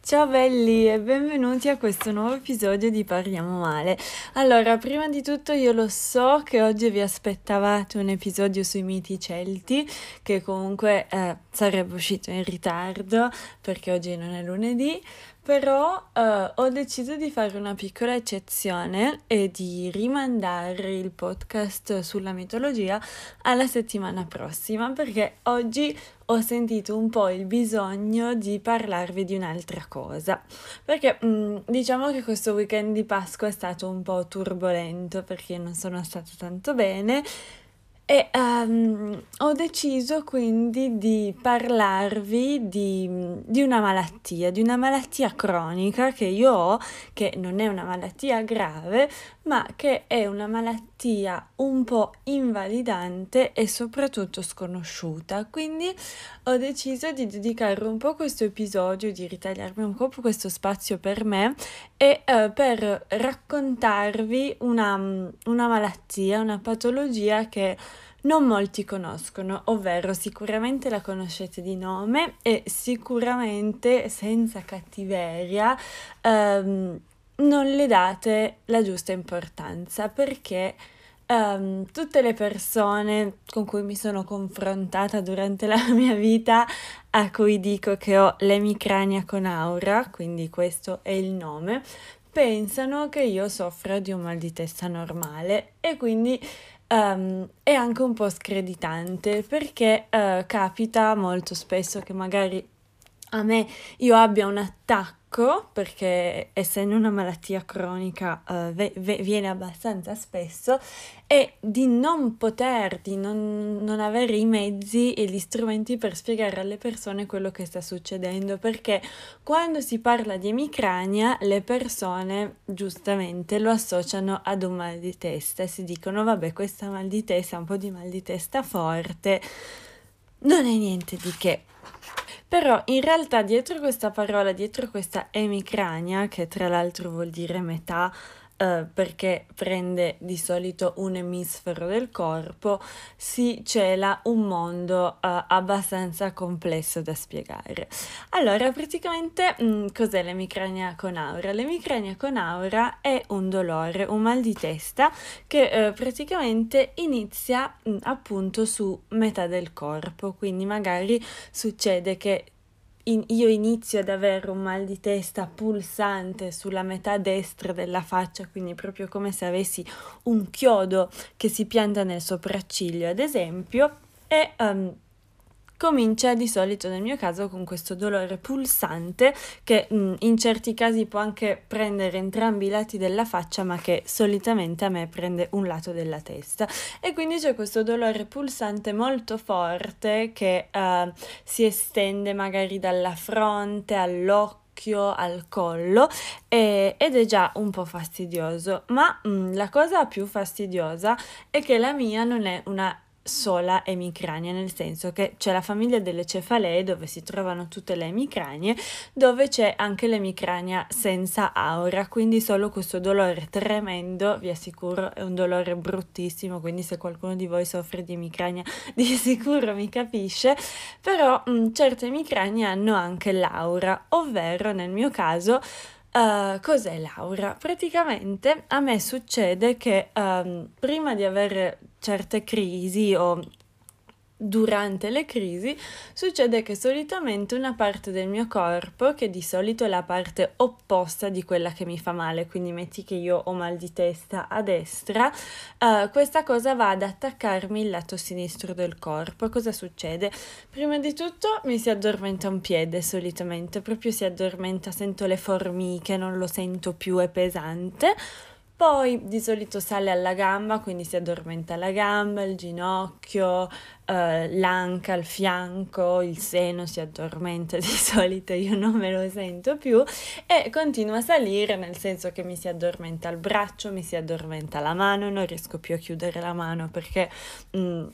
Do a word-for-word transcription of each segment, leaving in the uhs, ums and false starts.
Ciao belli e benvenuti a questo nuovo episodio di Parliamo Male. Allora, prima di tutto io lo so che oggi vi aspettavate un episodio sui miti celti, che comunque eh, sarebbe uscito in ritardo perché oggi non è lunedì, però eh, ho deciso di fare una piccola eccezione e di rimandare il podcast sulla mitologia alla settimana prossima, perché oggi ho sentito un po' il bisogno di parlarvi di un'altra cosa, perché mh, diciamo che questo weekend di Pasqua è stato un po' turbolento perché non sono stato tanto bene e ehm, ho deciso quindi di parlarvi di, di una malattia, di una malattia cronica che io ho, che non è una malattia grave, ma che è una malattia un po' invalidante e soprattutto sconosciuta. Quindi ho deciso di dedicare un po' questo episodio, di ritagliarmi un po' questo spazio per me e eh, per raccontarvi una, una malattia, una patologia che non molti conoscono, ovvero sicuramente la conoscete di nome e sicuramente senza cattiveria ehm, non le date la giusta importanza perché ehm, tutte le persone con cui mi sono confrontata durante la mia vita, a cui dico che ho l'emicrania con aura, quindi questo è il nome, pensano che io soffra di un mal di testa normale e quindi um, è anche un po' screditante perché uh, capita molto spesso che magari a me io abbia un attacco perché essendo una malattia cronica uh, ve- ve- viene abbastanza spesso e di non poter, di non, non avere i mezzi e gli strumenti per spiegare alle persone quello che sta succedendo perché quando si parla di emicrania le persone giustamente lo associano ad un mal di testa e si dicono vabbè questa mal di testa, un po' di mal di testa forte, non è niente di che. Però in realtà dietro questa parola, dietro questa emicrania, che tra l'altro vuol dire metà, eh, perché prende di solito un emisfero del corpo, si cela un mondo eh, abbastanza complesso da spiegare. Allora, praticamente mh, cos'è l'emicrania con aura? L'emicrania con aura è un dolore, un mal di testa che eh, praticamente inizia mh, appunto su metà del corpo, quindi magari succede che in- io inizio ad avere un mal di testa pulsante sulla metà destra della faccia, quindi proprio come se avessi un chiodo che si pianta nel sopracciglio, ad esempio, e um, comincia di solito nel mio caso con questo dolore pulsante che mh, in certi casi può anche prendere entrambi i lati della faccia, ma che solitamente a me prende un lato della testa. E quindi c'è questo dolore pulsante molto forte che uh, si estende magari dalla fronte all'occhio, al collo e, ed è già un po' fastidioso, ma mh, la cosa più fastidiosa è che la mia non è una sola emicrania, nel senso che c'è la famiglia delle cefalee dove si trovano tutte le emicranie, dove c'è anche l'emicrania senza aura, quindi solo questo dolore tremendo, vi assicuro, è un dolore bruttissimo, quindi se qualcuno di voi soffre di emicrania di sicuro mi capisce, però mh, certe emicranie hanno anche l'aura, ovvero nel mio caso Uh, cos'è l'aura? Praticamente a me succede che um, prima di avere certe crisi o durante le crisi succede che solitamente una parte del mio corpo, che di solito è la parte opposta di quella che mi fa male, quindi metti che io ho mal di testa a destra, uh, questa cosa va ad attaccarmi il lato sinistro del corpo. Cosa succede? Prima di tutto mi si addormenta un piede solitamente, proprio si addormenta, sento le formiche, non lo sento più, è pesante. Poi di solito sale alla gamba, quindi si addormenta la gamba, il ginocchio, eh, l'anca, il fianco, il seno si addormenta di solito, io non me lo sento più e continua a salire, nel senso che mi si addormenta il braccio, mi si addormenta la mano, non riesco più a chiudere la mano perché... Mm,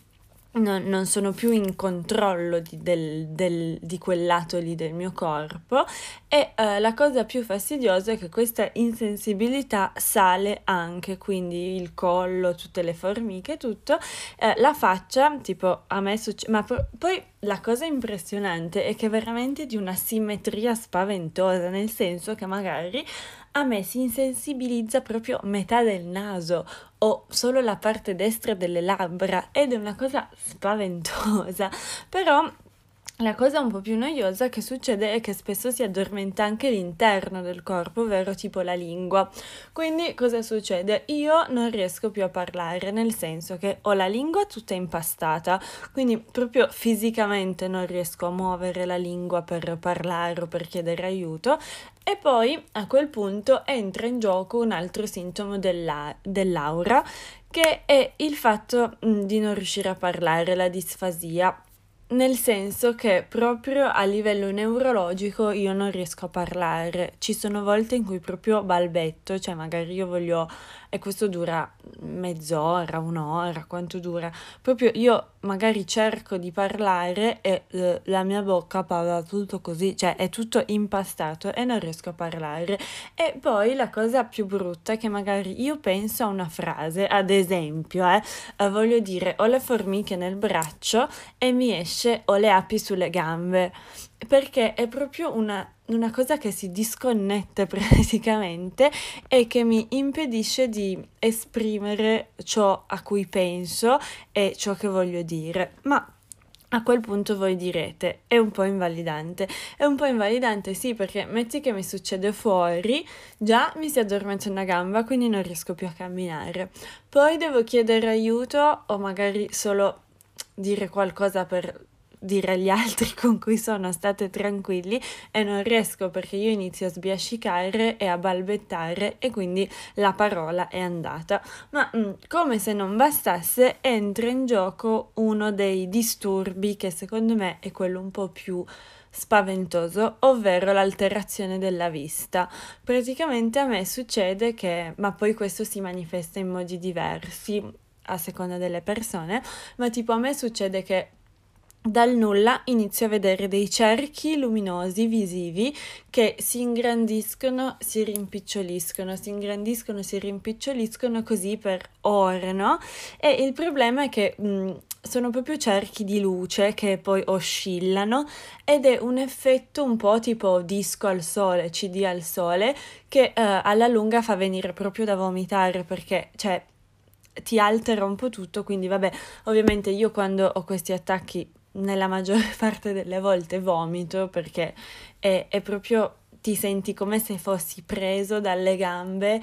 non, non sono più in controllo di, del, del, di quel lato lì del mio corpo e eh, la cosa più fastidiosa è che questa insensibilità sale anche, quindi il collo, tutte le formiche, tutto, eh, la faccia, tipo a me succede, ma pro- poi la cosa impressionante è che è veramente di una simmetria spaventosa, nel senso che magari a me si insensibilizza proprio metà del naso o solo la parte destra delle labbra ed è una cosa spaventosa, però la cosa un po' più noiosa che succede è che spesso si addormenta anche l'interno del corpo, ovvero tipo la lingua. Quindi cosa succede? Io non riesco più a parlare, nel senso che ho la lingua tutta impastata, quindi proprio fisicamente non riesco a muovere la lingua per parlare o per chiedere aiuto. E poi a quel punto entra in gioco un altro sintomo della, dell'aura, che è il fatto mh, di non riuscire a parlare, la disfasia. Nel senso che proprio a livello neurologico io non riesco a parlare. Ci sono volte in cui proprio balbetto, cioè magari io voglio, e questo dura mezz'ora, un'ora, quanto dura. Proprio io magari cerco di parlare e eh, la mia bocca parla tutto così, cioè è tutto impastato e non riesco a parlare. E poi la cosa più brutta è che magari io penso a una frase, ad esempio, eh, eh, voglio dire, ho le formiche nel braccio e mi esce ho le api sulle gambe, perché è proprio una, una cosa che si disconnette praticamente e che mi impedisce di esprimere ciò a cui penso e ciò che voglio dire. Ma a quel punto voi direte, è un po' invalidante. È un po' invalidante, sì, perché metti che mi succede fuori, già mi si addormenta una gamba, quindi non riesco più a camminare. Poi devo chiedere aiuto o magari solo dire qualcosa per dire agli altri con cui sono state tranquilli e non riesco perché io inizio a sbiascicare e a balbettare e quindi la parola è andata. Ma mh, come se non bastasse entra in gioco uno dei disturbi che secondo me è quello un po' più spaventoso, ovvero l'alterazione della vista. Praticamente a me succede che, ma poi questo si manifesta in modi diversi a seconda delle persone, ma tipo a me succede che dal nulla inizio a vedere dei cerchi luminosi visivi che si ingrandiscono, si rimpiccioliscono, si ingrandiscono, si rimpiccioliscono così per ore, no? E il problema è che mh, sono proprio cerchi di luce che poi oscillano ed è un effetto un po' tipo disco al sole, C D al sole, che eh, alla lunga fa venire proprio da vomitare perché, cioè, ti altera un po' tutto, quindi vabbè, ovviamente io quando ho questi attacchi nella maggior parte delle volte vomito perché è, è proprio ti senti come se fossi preso dalle gambe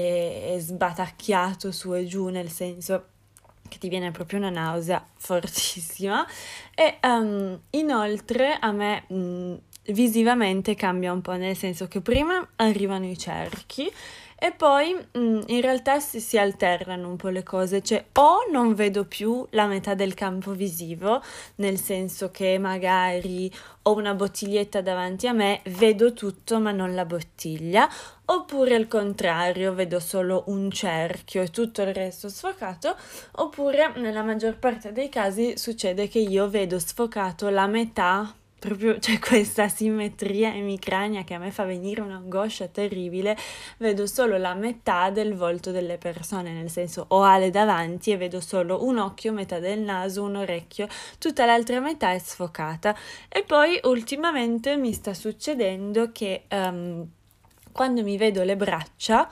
e, e sbatacchiato su e giù, nel senso che ti viene proprio una nausea fortissima e um, inoltre a me mh, visivamente cambia un po', nel senso che prima arrivano i cerchi e poi mh, in realtà si, si alternano un po' le cose, cioè o non vedo più la metà del campo visivo, nel senso che magari ho una bottiglietta davanti a me, vedo tutto ma non la bottiglia, oppure al contrario, vedo solo un cerchio e tutto il resto sfocato, oppure nella maggior parte dei casi succede che io vedo sfocato la metà. Proprio c'è questa simmetria emicrania che a me fa venire un'angoscia terribile, vedo solo la metà del volto delle persone, nel senso ho Ale davanti e vedo solo un occhio, metà del naso, un orecchio, tutta l'altra metà è sfocata. E poi ultimamente mi sta succedendo che um, quando mi vedo le braccia,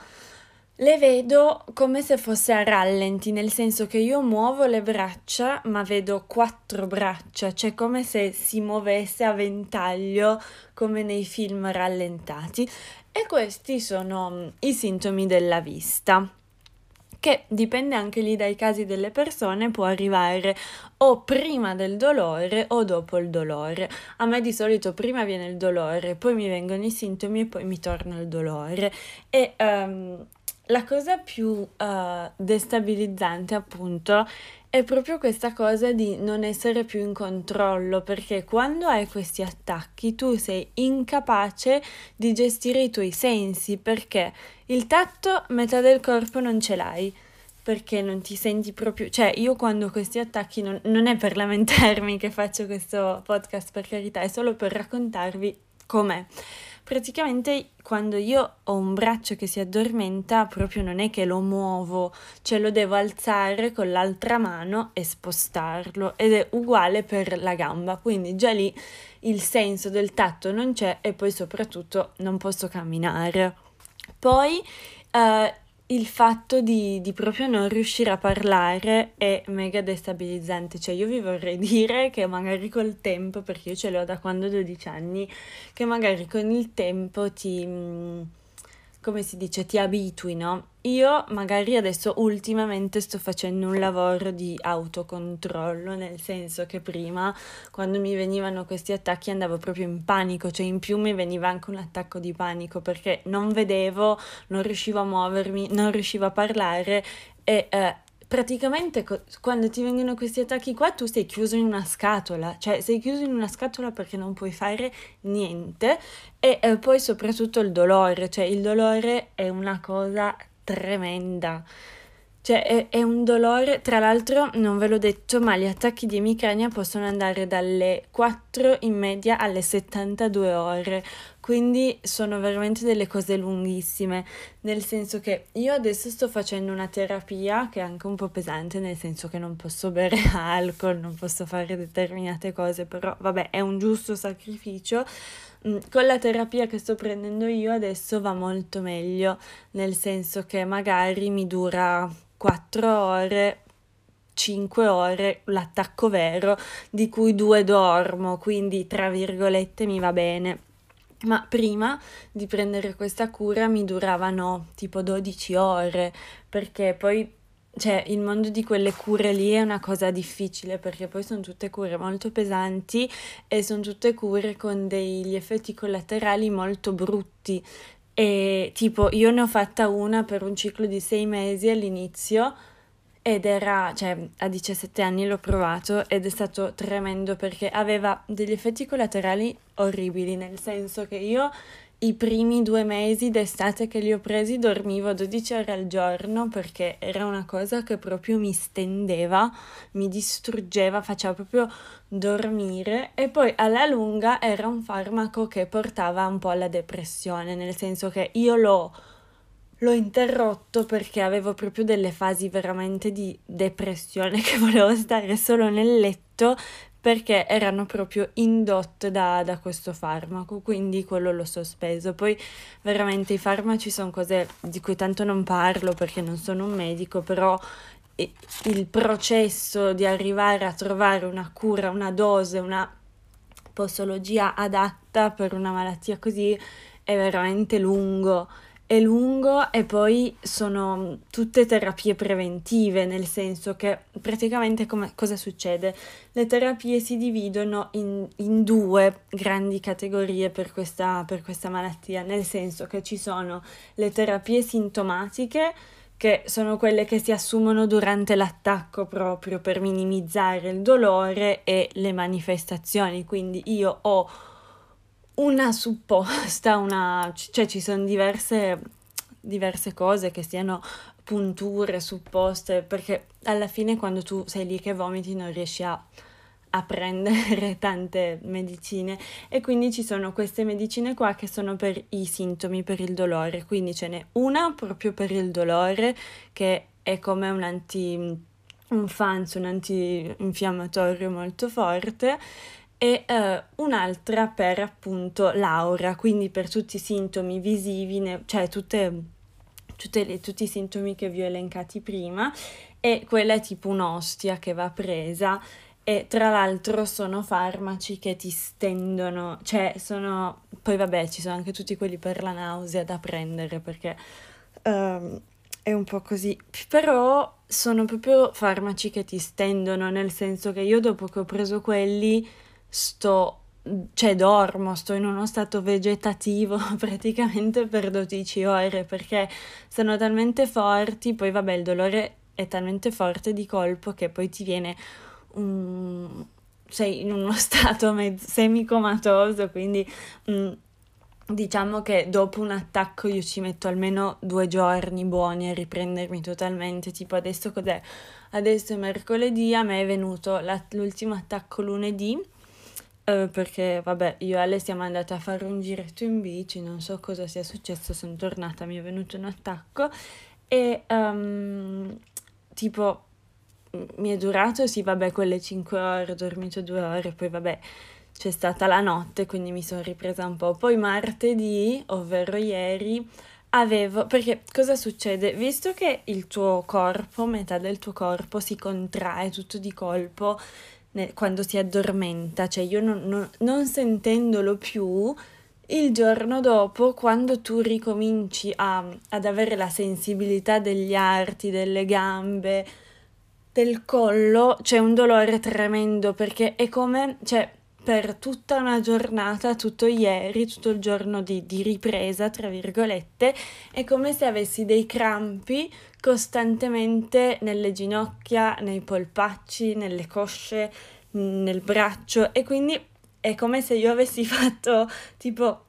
le vedo come se fosse a rallenti, nel senso che io muovo le braccia, ma vedo quattro braccia, cioè come se si muovesse a ventaglio, come nei film rallentati. E questi sono mm, i sintomi della vista, che dipende anche lì dai casi delle persone, può arrivare o prima del dolore o dopo il dolore. A me di solito prima viene il dolore, poi mi vengono i sintomi e poi mi torna il dolore. E um, la cosa più uh, destabilizzante, appunto, è proprio questa cosa di non essere più in controllo, perché quando hai questi attacchi tu sei incapace di gestire i tuoi sensi, perché il tatto metà del corpo non ce l'hai, perché non ti senti proprio, cioè io quando ho questi attacchi non, non è per lamentarmi che faccio questo podcast, per carità, è solo per raccontarvi com'è. Praticamente quando io ho un braccio che si addormenta, proprio non è che lo muovo, cioè lo devo alzare con l'altra mano e spostarlo, ed è uguale per la gamba, quindi già lì il senso del tatto non c'è e poi soprattutto non posso camminare. Poi eh, il fatto di, di proprio non riuscire a parlare è mega destabilizzante, cioè io vi vorrei dire che magari col tempo, perché io ce l'ho da quando ho dodici anni, che magari con il tempo ti, mm, come si dice, ti abitui, no? Io magari adesso ultimamente sto facendo un lavoro di autocontrollo, nel senso che prima quando mi venivano questi attacchi andavo proprio in panico, cioè in più mi veniva anche un attacco di panico perché non vedevo, non riuscivo a muovermi, non riuscivo a parlare e eh, praticamente co- quando ti vengono questi attacchi qua tu sei chiuso in una scatola, cioè sei chiuso in una scatola perché non puoi fare niente e eh, poi soprattutto il dolore, cioè il dolore è una cosa tremenda. Cioè è, è un dolore, tra l'altro non ve l'ho detto, ma gli attacchi di emicrania possono andare dalle quattro in media alle settantadue ore, quindi sono veramente delle cose lunghissime, nel senso che io adesso sto facendo una terapia che è anche un po' pesante, nel senso che non posso bere alcol, non posso fare determinate cose, però vabbè è un giusto sacrificio. Mm, Con la terapia che sto prendendo io adesso va molto meglio, nel senso che magari mi dura quattro ore, cinque ore l'attacco vero, di cui due dormo, quindi tra virgolette mi va bene. Ma prima di prendere questa cura mi duravano tipo dodici ore, perché poi, cioè, il mondo di quelle cure lì è una cosa difficile, perché poi sono tutte cure molto pesanti e sono tutte cure con degli effetti collaterali molto brutti. E tipo, io ne ho fatta una per un ciclo di sei mesi all'inizio ed era, cioè, a diciassette anni l'ho provato ed è stato tremendo perché aveva degli effetti collaterali orribili, nel senso che io i primi due mesi d'estate che li ho presi dormivo dodici ore al giorno perché era una cosa che proprio mi stendeva, mi distruggeva, faceva proprio dormire e poi alla lunga era un farmaco che portava un po' alla depressione, nel senso che io l'ho L'ho interrotto perché avevo proprio delle fasi veramente di depressione che volevo stare solo nel letto perché erano proprio indotte da, da questo farmaco, quindi quello l'ho sospeso. Poi veramente i farmaci sono cose di cui tanto non parlo perché non sono un medico, però i- il processo di arrivare a trovare una cura, una dose, una posologia adatta per una malattia così è veramente lungo. È lungo e poi sono tutte terapie preventive, nel senso che praticamente come, cosa succede? Le terapie si dividono in, in due grandi categorie per questa, per questa malattia, nel senso che ci sono le terapie sintomatiche, che sono quelle che si assumono durante l'attacco proprio per minimizzare il dolore e le manifestazioni. Quindi io ho una supposta, una, cioè ci sono diverse, diverse cose che siano punture supposte, perché alla fine quando tu sei lì che vomiti non riesci a, a prendere tante medicine e quindi ci sono queste medicine qua che sono per i sintomi, per il dolore, quindi ce n'è una proprio per il dolore che è come un anti, un F A N S, un antinfiammatorio molto forte e eh, un'altra per appunto l'aura, quindi per tutti i sintomi visivi, ne- cioè tutte, tutte le- tutti i sintomi che vi ho elencati prima e quella è tipo un'ostia che va presa e tra l'altro sono farmaci che ti stendono, cioè sono, poi vabbè ci sono anche tutti quelli per la nausea da prendere perché ehm, è un po' così, però sono proprio farmaci che ti stendono, nel senso che io dopo che ho preso quelli sto, cioè dormo, sto in uno stato vegetativo praticamente per dodici ore perché sono talmente forti, poi vabbè il dolore è talmente forte di colpo che poi ti viene un... sei in uno stato mezzo semicomatoso, quindi mm, diciamo che dopo un attacco io ci metto almeno due giorni buoni a riprendermi totalmente, tipo adesso cos'è? Adesso è mercoledì, a me è venuto la- l'ultimo attacco lunedì, eh, perché vabbè, io e Ale siamo andate a fare un giretto in bici, non so cosa sia successo, sono tornata, mi è venuto un attacco e ehm, tipo m- mi è durato, sì, vabbè, quelle cinque ore, ho dormito due ore, poi vabbè, c'è stata la notte, quindi mi sono ripresa un po'. Poi martedì, ovvero ieri, avevo... Perché cosa succede? Visto che il tuo corpo, metà del tuo corpo, si contrae tutto di colpo ne- quando si addormenta, cioè io non, non- non sentendolo più, il giorno dopo, quando tu ricominci a- ad avere la sensibilità degli arti, delle gambe, del collo, c'è un dolore tremendo perché è come, cioè, per tutta una giornata, tutto ieri, tutto il giorno di, di ripresa, tra virgolette, è come se avessi dei crampi costantemente nelle ginocchia, nei polpacci, nelle cosce, nel braccio e quindi è come se io avessi fatto tipo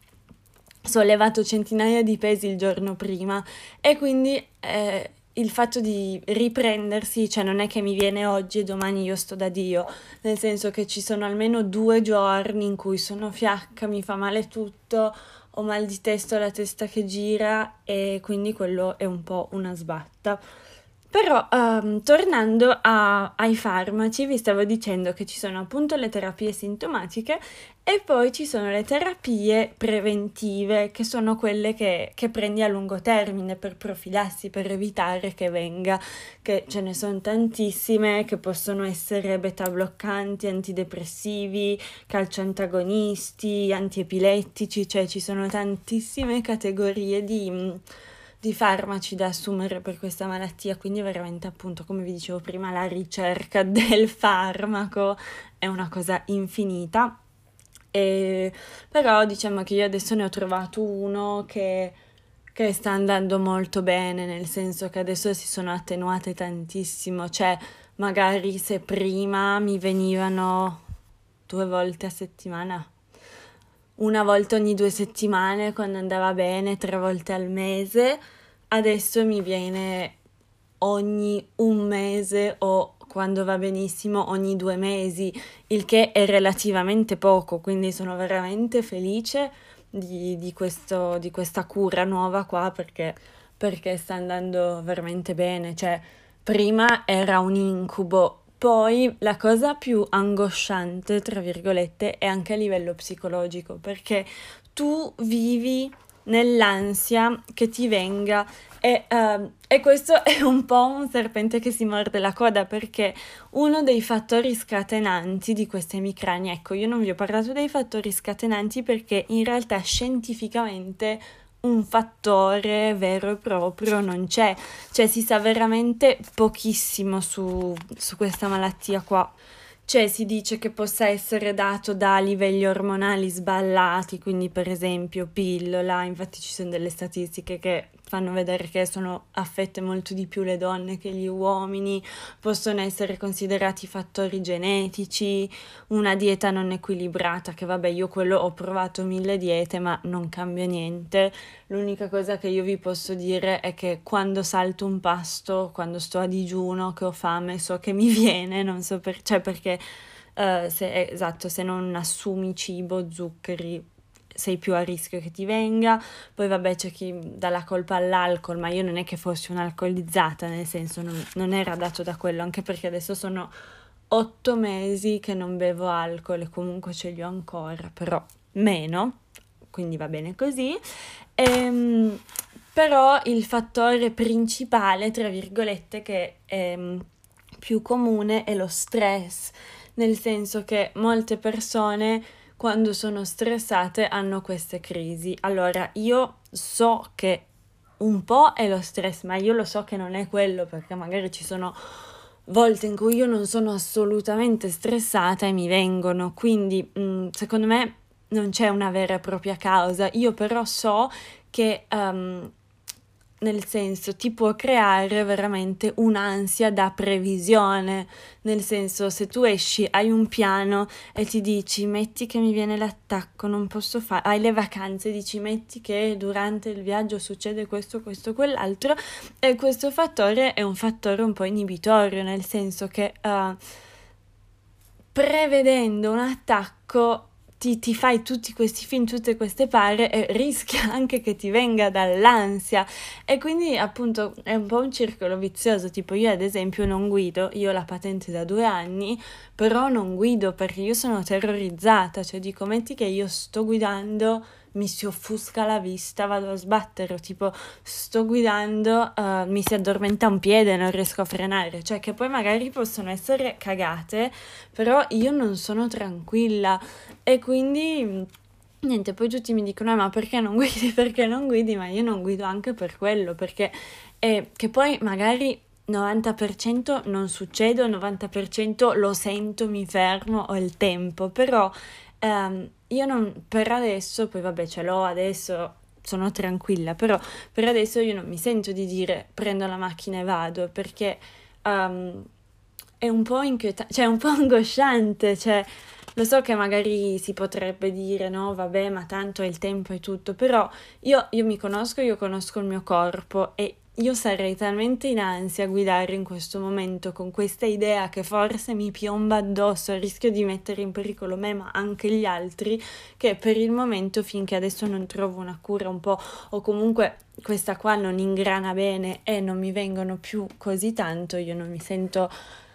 sollevato centinaia di pesi il giorno prima e quindi eh, il fatto di riprendersi, cioè non è che mi viene oggi e domani io sto da Dio, nel senso che ci sono almeno due giorni in cui sono fiacca, mi fa male tutto, ho mal di testa, ho la testa che gira e quindi quello è un po' una sbatta. Però, ehm, tornando a- ai farmaci, vi stavo dicendo che ci sono appunto le terapie sintomatiche e poi ci sono le terapie preventive, che sono quelle che, che prendi a lungo termine per profilassi, per evitare che venga, che ce ne sono tantissime, che possono essere beta bloccanti, antidepressivi, calciantagonisti, antiepilettici, cioè ci sono tantissime categorie di, di farmaci da assumere per questa malattia, quindi veramente appunto, come vi dicevo prima, la ricerca del farmaco è una cosa infinita. E, però diciamo che io adesso ne ho trovato uno che, che sta andando molto bene, nel senso che adesso si sono attenuate tantissimo, cioè magari se prima mi venivano due volte a settimana, una volta ogni due settimane quando andava bene, tre volte al mese, adesso mi viene ogni un mese o quando va benissimo ogni due mesi, il che è relativamente poco, quindi sono veramente felice di, di questo, di questa cura nuova qua perché, perché sta andando veramente bene, cioè prima era un incubo. Poi la cosa più angosciante, tra virgolette, è anche a livello psicologico, perché tu vivi nell'ansia che ti venga e, ehm, e questo è un po' un serpente che si morde la coda perché uno dei fattori scatenanti di queste emicranie, ecco, io non vi ho parlato dei fattori scatenanti perché in realtà scientificamente un fattore vero e proprio non c'è, cioè si sa veramente pochissimo su, su questa malattia qua. Cioè si dice che possa essere dato da livelli ormonali sballati, quindi per esempio pillola, infatti ci sono delle statistiche che fanno vedere che sono affette molto di più le donne che gli uomini, possono essere considerati fattori genetici, una dieta non equilibrata, che vabbè io quello ho provato mille diete ma non cambia niente, l'unica cosa che io vi posso dire è che quando salto un pasto, quando sto a digiuno, che ho fame, so che mi viene, non so per, cioè perché eh, se, eh, esatto, se non assumi cibo, zuccheri, sei più a rischio che ti venga. Poi vabbè c'è chi dà la colpa all'alcol, ma io non è che fossi un'alcolizzata, nel senso non, non era dato da quello, anche perché adesso sono otto mesi che non bevo alcol e comunque ce li ho ancora, però meno, quindi va bene così. Ehm, però il fattore principale, tra virgolette, che è mm, più comune è lo stress, nel senso che molte persone quando sono stressate hanno queste crisi. Allora, io so che un po' è lo stress, ma io lo so che non è quello perché magari ci sono volte in cui io non sono assolutamente stressata e mi vengono, quindi mh, secondo me non c'è una vera e propria causa. Io però so che um, nel senso ti può creare veramente un'ansia da previsione, nel senso se tu esci, hai un piano e ti dici metti che mi viene l'attacco, non posso fare, hai le vacanze, dici metti che durante il viaggio succede questo, questo, quell'altro, e questo fattore è un fattore un po' inibitorio, nel senso che uh, prevedendo un attacco Ti, ti fai tutti questi film, tutte queste pare e rischia anche che ti venga dall'ansia, e quindi appunto è un po' un circolo vizioso. Tipo io ad esempio non guido, io ho la patente da due anni, però non guido perché io sono terrorizzata, cioè dico metti che io sto guidando, mi si offusca la vista, vado a sbattere, o tipo sto guidando, uh, mi si addormenta un piede, non riesco a frenare, cioè che poi magari possono essere cagate, però io non sono tranquilla. E quindi niente, poi tutti mi dicono, eh, ma perché non guidi, perché non guidi? Ma io non guido anche per quello, perché eh, che poi magari novanta per cento non succede, novanta per cento lo sento, mi fermo, ho il tempo, però ehm, io non, per adesso, poi vabbè ce l'ho adesso, sono tranquilla, però per adesso io non mi sento di dire prendo la macchina e vado, perché um, è un po' inquietante, cioè un po' angosciante, cioè lo so che magari si potrebbe dire no, vabbè, ma tanto è il tempo e tutto, però io, io mi conosco, io conosco il mio corpo e io sarei talmente in ansia a guidare in questo momento con questa idea che forse mi piomba addosso, a rischio di mettere in pericolo me ma anche gli altri, che per il momento, finché adesso non trovo una cura un po', o comunque questa qua non ingrana bene e non mi vengono più così tanto, io non mi sento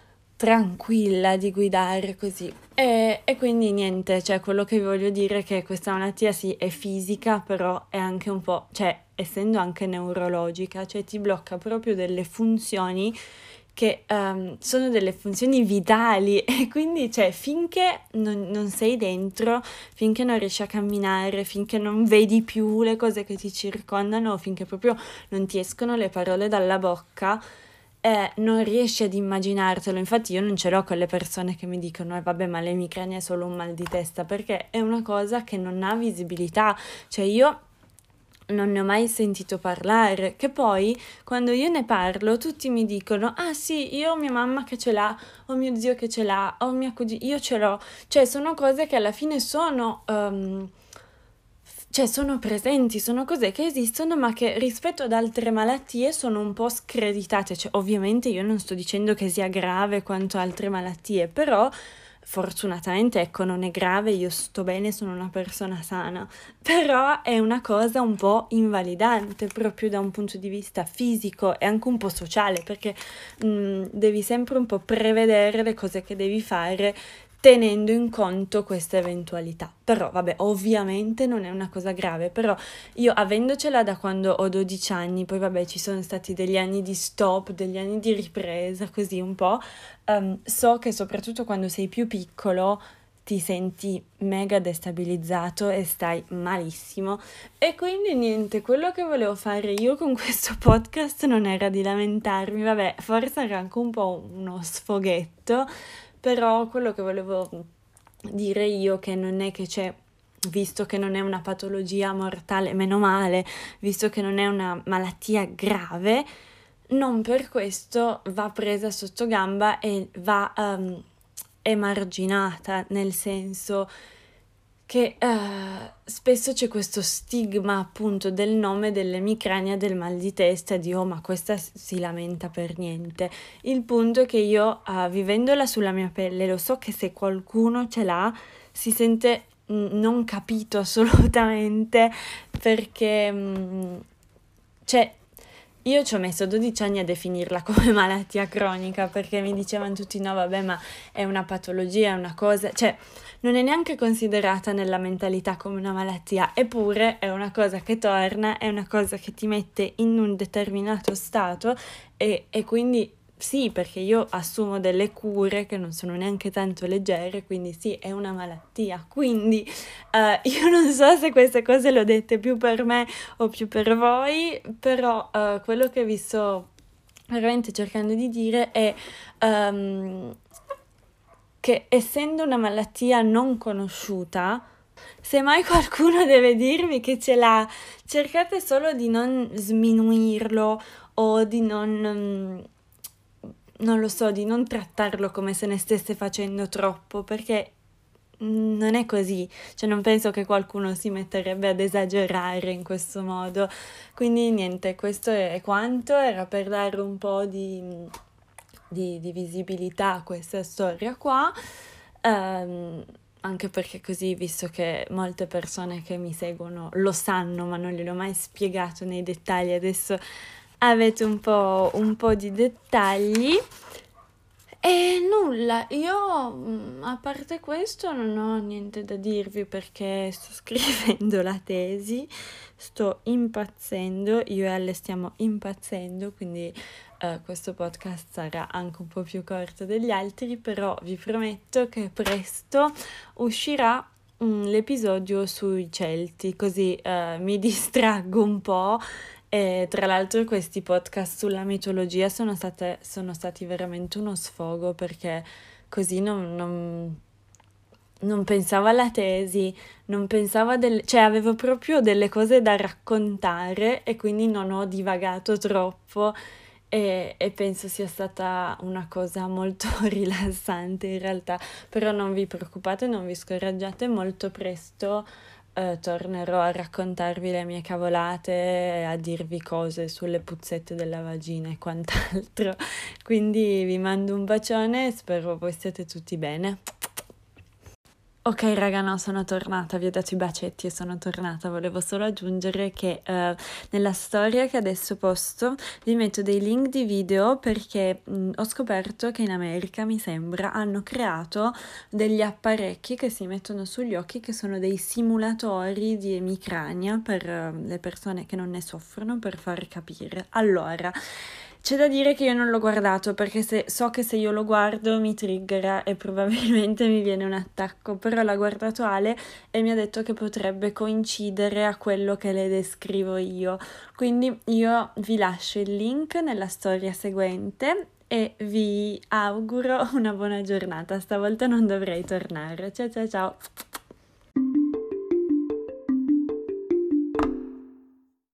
tranquilla di guidare così. E, e quindi niente, cioè quello che voglio dire è che questa malattia sì è fisica, però è anche un po', cioè essendo anche neurologica, cioè ti blocca proprio delle funzioni che um, sono delle funzioni vitali, e quindi cioè finché non, non sei dentro, finché non riesci a camminare, finché non vedi più le cose che ti circondano, finché proprio non ti escono le parole dalla bocca, eh, non riesci ad immaginartelo. Infatti io non ce l'ho con le persone che mi dicono eh vabbè, ma l'emicrania è solo un mal di testa, perché è una cosa che non ha visibilità, cioè io non ne ho mai sentito parlare, che poi quando io ne parlo tutti mi dicono ah sì, io ho mia mamma che ce l'ha, ho mio zio che ce l'ha, ho mia cugina, io ce l'ho, cioè sono cose che alla fine sono um, cioè sono presenti, sono cose che esistono, ma che rispetto ad altre malattie sono un po' screditate. Cioè, ovviamente io non sto dicendo che sia grave quanto altre malattie, però fortunatamente, ecco, non è grave, io sto bene, sono una persona sana, però è una cosa un po' invalidante proprio da un punto di vista fisico e anche un po' sociale, perché mh, devi sempre un po' prevedere le cose che devi fare tenendo in conto questa eventualità. Però vabbè, ovviamente non è una cosa grave, però io avendocela da quando ho dodici anni, poi vabbè ci sono stati degli anni di stop, degli anni di ripresa, così un po', um, so che soprattutto quando sei più piccolo ti senti mega destabilizzato e stai malissimo, e quindi niente, quello che volevo fare io con questo podcast non era di lamentarmi, vabbè, forse era anche un po' uno sfoghetto, però quello che volevo dire io che non è che c'è, visto che non è una patologia mortale, meno male, visto che non è una malattia grave, non per questo va presa sotto gamba e va um, emarginata, nel senso che uh, spesso c'è questo stigma appunto del nome dell'emicrania, del mal di testa, di oh ma questa si lamenta per niente. Il punto è che io uh, vivendola sulla mia pelle lo so che se qualcuno ce l'ha si sente mh, non capito assolutamente, perché mh, cioè io ci ho messo dodici anni a definirla come malattia cronica, perché mi dicevano tutti no vabbè ma è una patologia, è una cosa, cioè non è neanche considerata nella mentalità come una malattia, eppure è una cosa che torna, è una cosa che ti mette in un determinato stato e, e quindi sì, perché io assumo delle cure che non sono neanche tanto leggere, quindi sì, è una malattia. Quindi uh, io non so se queste cose le ho dette più per me o più per voi, però uh, quello che vi sto veramente cercando di dire è um, che essendo una malattia non conosciuta, Se mai qualcuno deve dirvi che ce l'ha, cercate solo di non sminuirlo o di non, mm, non lo so, di non trattarlo come se ne stesse facendo troppo, perché mm, non è così. Cioè non penso che qualcuno si metterebbe ad esagerare in questo modo. Quindi niente, questo è quanto, era per dare un po' di, di, di visibilità a questa storia qua. Ehm, anche perché così, visto che molte persone che mi seguono lo sanno, ma non gliel'ho mai spiegato nei dettagli, adesso avete un po', un po' di dettagli. E nulla, io mm, a parte questo non ho niente da dirvi perché sto scrivendo la tesi, sto impazzendo, io e Ale stiamo impazzendo, quindi eh, questo podcast sarà anche un po' più corto degli altri, però vi prometto che presto uscirà mm, l'episodio sui Celti, così eh, mi distraggo un po'. E tra l'altro questi podcast sulla mitologia sono state, sono stati veramente uno sfogo perché così non, non, non pensavo alla tesi, non pensavo a delle, cioè avevo proprio delle cose da raccontare e quindi non ho divagato troppo e, e penso sia stata una cosa molto rilassante in realtà, però non vi preoccupate, non vi scoraggiate, molto presto eh, tornerò a raccontarvi le mie cavolate e a dirvi cose sulle puzzette della vagina e quant'altro. Quindi vi mando un bacione e spero voi siete tutti bene. Ok raga, no, sono tornata, vi ho dato i bacetti e sono tornata, volevo solo aggiungere che eh, nella storia che adesso posto vi metto dei link di video perché mh, ho scoperto che in America, mi sembra, hanno creato degli apparecchi che si mettono sugli occhi che sono dei simulatori di emicrania per eh, le persone che non ne soffrono, per far capire. Allora, c'è da dire che io non l'ho guardato perché se, so che se io lo guardo mi triggera e probabilmente mi viene un attacco, però l'ha guardato Ale e mi ha detto che potrebbe coincidere a quello che le descrivo io. Quindi io vi lascio il link nella storia seguente e vi auguro una buona giornata. Stavolta non dovrei tornare. Ciao ciao ciao!